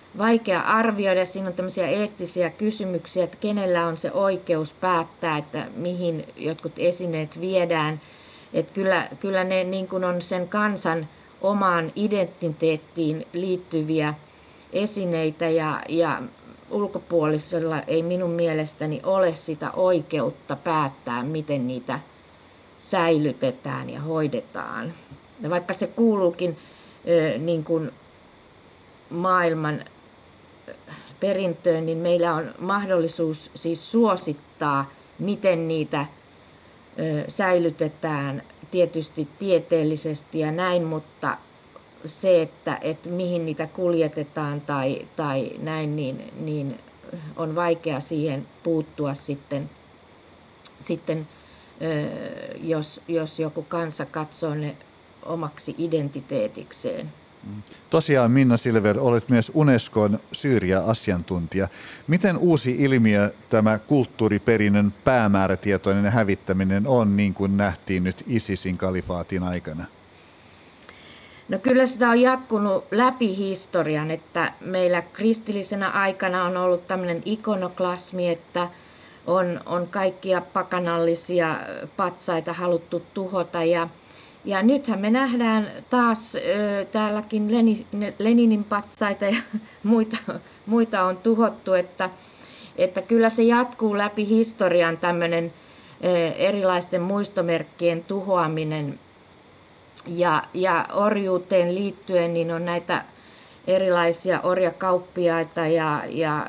vaikea arvioida. Siinä on tämmöisiä eettisiä kysymyksiä, että kenellä on se oikeus päättää, että mihin jotkut esineet viedään. Että kyllä, kyllä ne niin kuin on sen kansan omaan identiteettiin liittyviä esineitä ja, ja ulkopuolisella ei minun mielestäni ole sitä oikeutta päättää, miten niitä säilytetään ja hoidetaan. Ja vaikka se kuuluukin ö, niin kuin maailman perintöön, niin meillä on mahdollisuus siis suosittaa, miten niitä ö, säilytetään tietysti tieteellisesti ja näin, mutta se, että, että mihin niitä kuljetetaan tai, tai näin, niin, niin on vaikea siihen puuttua sitten, sitten jos, jos joku kansa katsoo ne omaksi identiteetikseen. Tosiaan Minna Silver, olet myös Unescon Syyria-asiantuntija. Miten uusi ilmiö tämä kulttuuriperinnön päämäärätietoinen hävittäminen on, niin kuin nähtiin nyt ISISin kalifaatin aikana? No kyllä sitä on jatkunut läpi historian, että meillä kristillisenä aikana on ollut tämmöinen ikonoklasmi, että on, on kaikkia pakanallisia patsaita haluttu tuhota ja, ja nythän me nähdään taas ö, täälläkin Lenin, Leninin patsaita ja muita, muita on tuhottu, että, että kyllä se jatkuu läpi historian tämmöinen ö, erilaisten muistomerkkien tuhoaminen. Ja, ja orjuuteen liittyen niin on näitä erilaisia orjakauppiaita ja, ja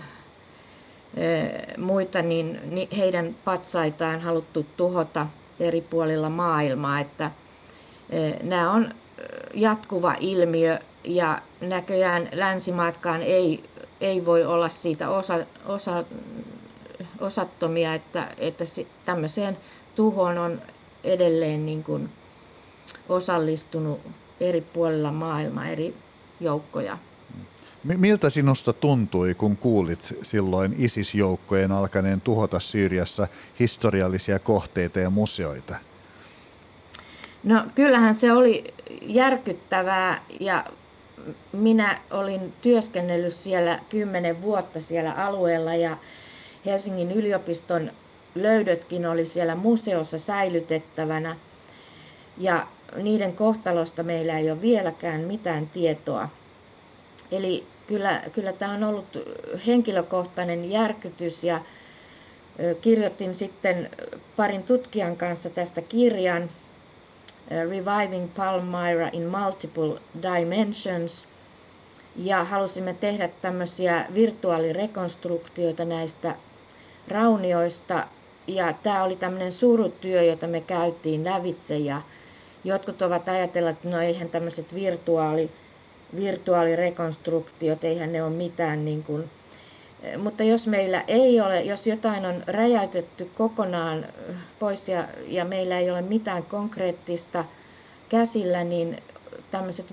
e, muita, niin, niin heidän patsaitaan haluttu tuhota eri puolilla maailmaa. Että, e, nämä on jatkuva ilmiö ja näköjään länsimaatkaan ei, ei voi olla siitä osa, osa, osattomia, että, että tämmöiseen tuhoon on edelleen niin kuin osallistunut eri puolilla maailmaa, eri joukkoja. Miltä sinusta tuntui, kun kuulit silloin ISIS-joukkojen alkaneen tuhota Syyriassa historiallisia kohteita ja museoita? No kyllähän se oli järkyttävää ja minä olin työskennellyt siellä kymmenen vuotta siellä alueella ja Helsingin yliopiston löydötkin oli siellä museossa säilytettävänä. Ja niiden kohtalosta meillä ei ole vieläkään mitään tietoa. Eli kyllä, kyllä tämä on ollut henkilökohtainen järkytys ja kirjoitin sitten parin tutkijan kanssa tästä kirjan Reviving Palmyra in Multiple Dimensions. Ja halusimme tehdä tämmöisiä virtuaalirekonstruktioita näistä raunioista. Ja tämä oli tämmöinen surutyö, jota me käytiin lävitse ja jotkut ovat ajatelleet, että no eihän tämmöiset virtuaali, virtuaalirekonstruktiot, eihän ne ole mitään. Niin kuin, mutta jos meillä ei ole, jos jotain on räjäytetty kokonaan pois ja, ja meillä ei ole mitään konkreettista käsillä, niin tämmöiset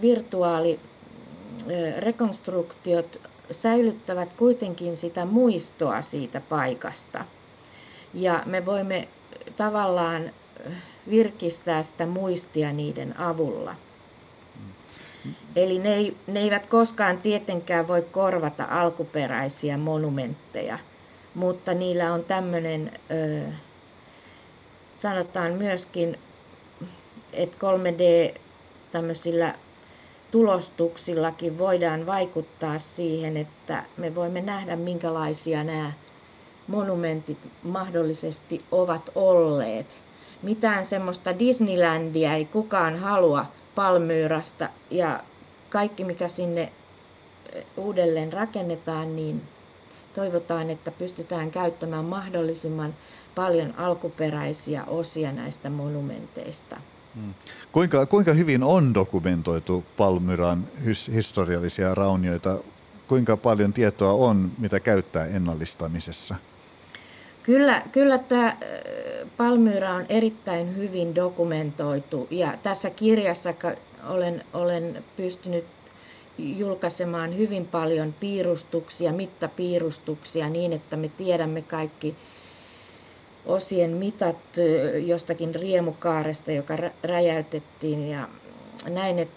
virtuaalirekonstruktiot säilyttävät kuitenkin sitä muistoa siitä paikasta. Ja me voimme tavallaan virkistää sitä muistia niiden avulla. Eli ne, ei, ne eivät koskaan tietenkään voi korvata alkuperäisiä monumentteja, mutta niillä on tämmöinen, ö, sanotaan myöskin, että kolme D tämmöisillä tulostuksillakin voidaan vaikuttaa siihen, että me voimme nähdä minkälaisia nämä monumentit mahdollisesti ovat olleet. Mitään semmoista Disneylandia ei kukaan halua Palmyrasta ja kaikki mikä sinne uudelleen rakennetaan, niin toivotaan, että pystytään käyttämään mahdollisimman paljon alkuperäisiä osia näistä monumenteista. Hmm. Kuinka, kuinka hyvin on dokumentoitu Palmyran his, historiallisia raunioita? Kuinka paljon tietoa on, mitä käyttää ennallistamisessa? Kyllä, kyllä tämä Palmyra on erittäin hyvin dokumentoitu ja tässä kirjassa olen, olen pystynyt julkaisemaan hyvin paljon piirustuksia, mittapiirustuksia niin, että me tiedämme kaikki osien mitat jostakin riemukaaresta, joka räjäytettiin ja näin, että,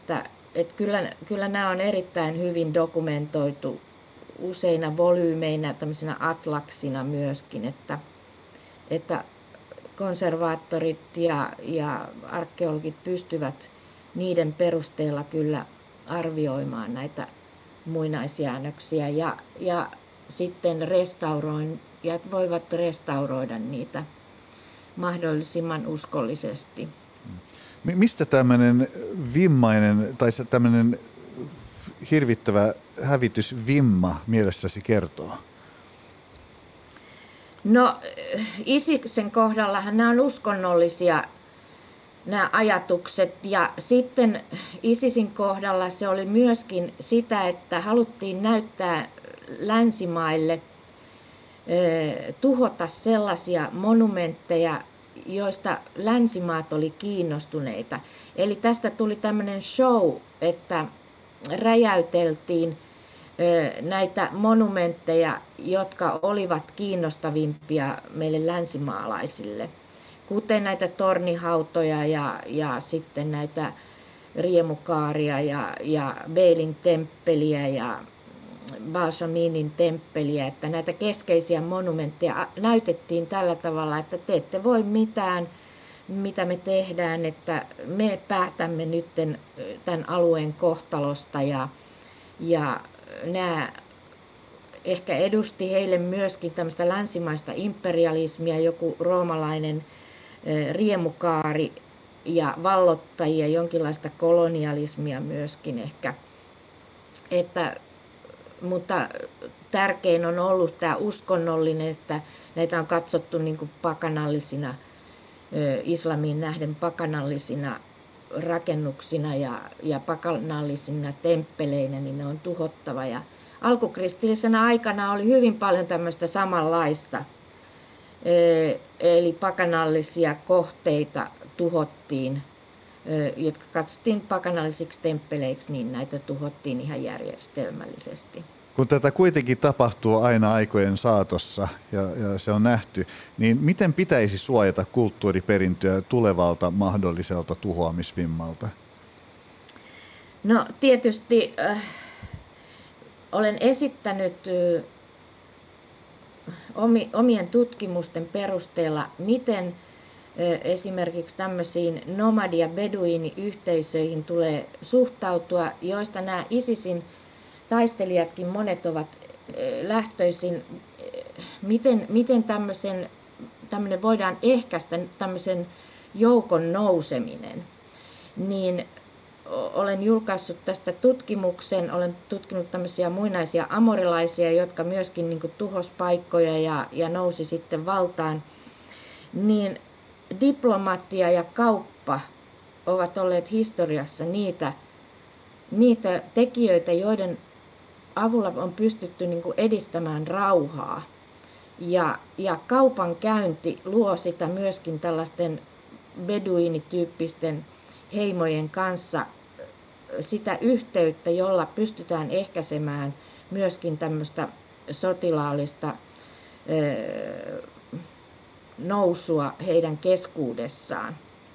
et kyllä, kyllä nämä on erittäin hyvin dokumentoitu useina volyymeina, tämmöisenä atlaksina myöskin, että, että konservaattorit ja, ja arkeologit pystyvät niiden perusteella kyllä arvioimaan näitä muinaisjäännöksiä ja, ja sitten restauroijat voivat restauroida niitä mahdollisimman uskollisesti. Mistä tämmöinen vimmainen tai tämmöinen hirvittävä hävitysvimma mielessäsi kertoo? No Isiksen kohdallahan nämä on uskonnollisia nämä ajatukset ja sitten Isisin kohdalla se oli myöskin sitä, että haluttiin näyttää länsimaille, tuhota sellaisia monumentteja, joista länsimaat oli kiinnostuneita. Eli tästä tuli tämmöinen show, että räjäyteltiin näitä monumentteja, jotka olivat kiinnostavimpia meille länsimaalaisille, kuten näitä tornihautoja ja, ja sitten näitä riemukaaria ja, ja Beelin temppeliä ja Balsaminin temppeliä, että näitä keskeisiä monumentteja näytettiin tällä tavalla, että te ette voi mitään, mitä me tehdään, että me päätämme nyt tämän alueen kohtalosta ja, ja nämä ehkä edusti heille myöskin tämmöistä länsimaista imperialismia, joku roomalainen riemukaari ja vallottajia, jonkinlaista kolonialismia myöskin ehkä. Että, mutta tärkein on ollut tämä uskonnollinen, että näitä on katsottu niin kuin pakanallisina, islamiin nähden pakanallisina rakennuksina ja, ja pakanallisina temppeleinä, niin ne on tuhottava. Ja alkukristillisenä aikana oli hyvin paljon tämmöistä samanlaista, eli pakanallisia kohteita tuhottiin, jotka katsottiin pakanallisiksi temppeleiksi, niin näitä tuhottiin ihan järjestelmällisesti. Kun tätä kuitenkin tapahtuu aina aikojen saatossa ja, ja se on nähty, niin miten pitäisi suojata kulttuuriperintöä tulevalta mahdolliselta tuhoamisvimmalta? No tietysti äh, olen esittänyt äh, omi, omien tutkimusten perusteella, miten äh, esimerkiksi tämmöisiin nomadi- ja beduiiniyhteisöihin tulee suhtautua, joista nämä ISISin taistelijatkin monet ovat lähtöisin, miten, miten tämmöisen, tämmöinen voidaan ehkäistä tämmöisen joukon nouseminen, niin olen julkaissut tästä tutkimuksen, olen tutkinut tämmöisiä muinaisia amorilaisia, jotka myöskin niin kuin tuhos paikkoja ja, ja nousi sitten valtaan, niin diplomatia ja kauppa ovat olleet historiassa niitä, niitä tekijöitä, joiden avulla on pystytty niin kuin edistämään rauhaa. Ja, ja kaupan käynti luo sitä myöskin tällaisten beduinityyppisten heimojen kanssa sitä yhteyttä, jolla pystytään ehkäisemään myöskin tämmöistä sotilaallista nousua heidän keskuudessaan.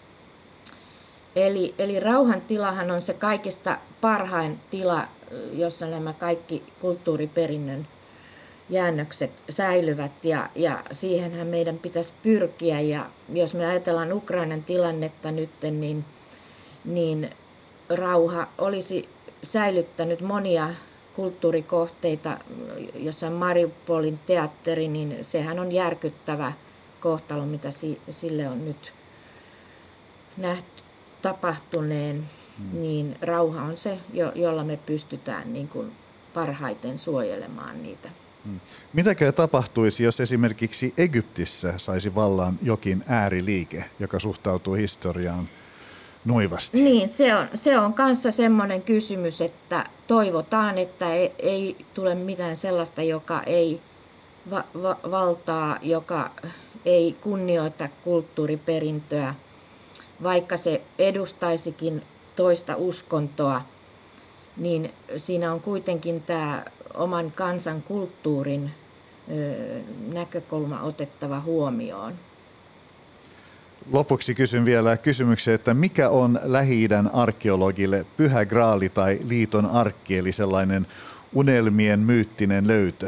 Eli, eli rauhantilahan on se kaikista parhain tila, jossa nämä kaikki kulttuuriperinnön jäännökset säilyvät ja, ja siihenhän meidän pitäisi pyrkiä. Ja jos me ajatellaan Ukrainan tilannetta nyt, niin, niin rauha olisi säilyttänyt monia kulttuurikohteita, jossa Mariupolin teatteri, niin sehän on järkyttävä kohtalo, mitä si, sille on nyt nähty tapahtuneen, hmm. niin rauha on se, jo, jolla me pystytään niin kuin parhaiten suojelemaan niitä. Hmm. Mitäkö tapahtuisi, jos esimerkiksi Egyptissä saisi vallan jokin ääriliike, joka suhtautuu historiaan nuivasti? Niin, se on, se on kanssa semmoinen kysymys, että toivotaan, että ei, ei tule mitään sellaista, joka ei va, va, valtaa, joka ei kunnioita kulttuuriperintöä, vaikka se edustaisikin toista uskontoa, niin siinä on kuitenkin tämä oman kansan kulttuurin näkökulma otettava huomioon. Lopuksi kysyn vielä kysymyksen, että mikä on Lähi-idän arkeologille pyhä graali tai liiton arkki, eli sellainen unelmien myyttinen löytö?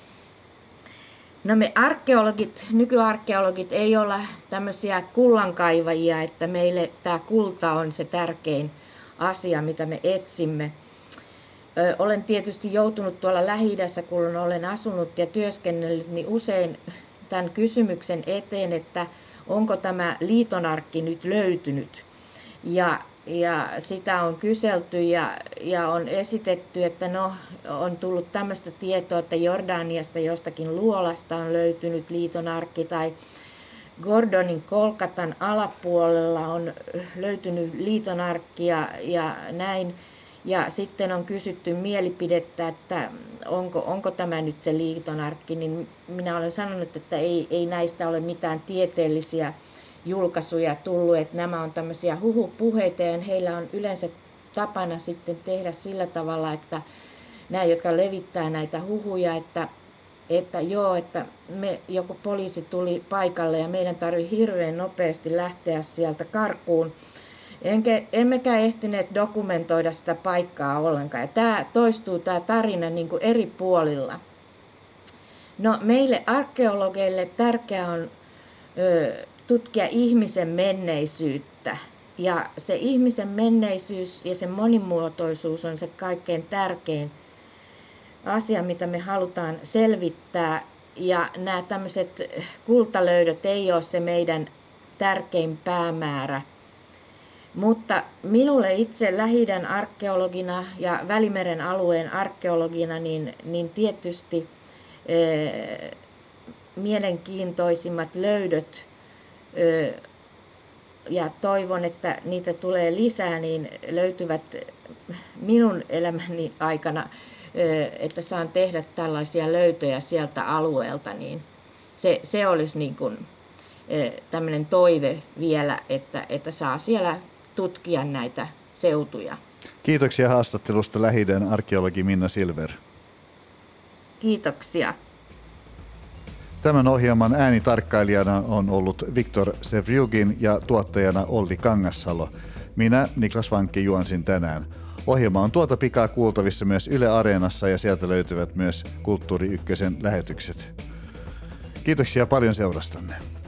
No me arkeologit, nykyarkeologit ei olla tämmöisiä kullankaivajia, että meille tämä kulta on se tärkein asia, mitä me etsimme. Ö, olen tietysti joutunut tuolla Lähi-idässä, kun olen asunut ja työskennellyt, niin usein tämän kysymyksen eteen, että onko tämä liitonarkki nyt löytynyt. Ja, ja sitä on kyselty ja, ja on esitetty, että no, on tullut tämmöistä tietoa, että Jordaniasta jostakin luolasta on löytynyt liitonarkki tai Gordonin Kolkatan alapuolella on löytynyt liitonarkki ja, ja näin. Ja sitten on kysytty mielipidettä, että onko, onko tämä nyt se liitonarkki, niin minä olen sanonut, että ei, ei näistä ole mitään tieteellisiä julkaisuja tullut, että nämä on tämmöisiä huhupuheita ja heillä on yleensä tapana sitten tehdä sillä tavalla, että nämä, jotka levittää näitä huhuja, että, että joo, että me, joku poliisi tuli paikalle ja meidän tarvitsi hirveän nopeasti lähteä sieltä karkuun. Enkä, emmekä ehtineet dokumentoida sitä paikkaa ollenkaan. Ja tämä toistuu tämä tarina niin kuin eri puolilla. No, meille arkeologeille tärkeää on ö, tutkia ihmisen menneisyyttä. Ja se ihmisen menneisyys ja se monimuotoisuus on se kaikkein tärkein asia, mitä me halutaan selvittää. Ja nämä tämmöiset kultalöydöt ei ole se meidän tärkein päämäärä. Mutta minulle itse Lähi-idän arkeologina ja Välimeren alueen arkeologina niin, niin tietysti e, mielenkiintoisimmat löydöt e, ja toivon, että niitä tulee lisää, niin löytyvät minun elämäni aikana, e, että saan tehdä tällaisia löytöjä sieltä alueelta, niin se, se olisi niin kuin, e, tämmöinen toive vielä, että, että saa siellä tutkia näitä seutuja. Kiitoksia haastattelusta Lähi-idän arkeologi Minna Silver. Kiitoksia. Tämän ohjelman äänitarkkailijana on ollut Viktor Sevryugin ja tuottajana Olli Kangassalo. Minä, Niklas Vankki, juonsin tänään. Ohjelma on tuota pikaa kuultavissa myös Yle Areenassa ja sieltä löytyvät myös Kulttuuri Ykkösen lähetykset. Kiitoksia paljon seurastanne.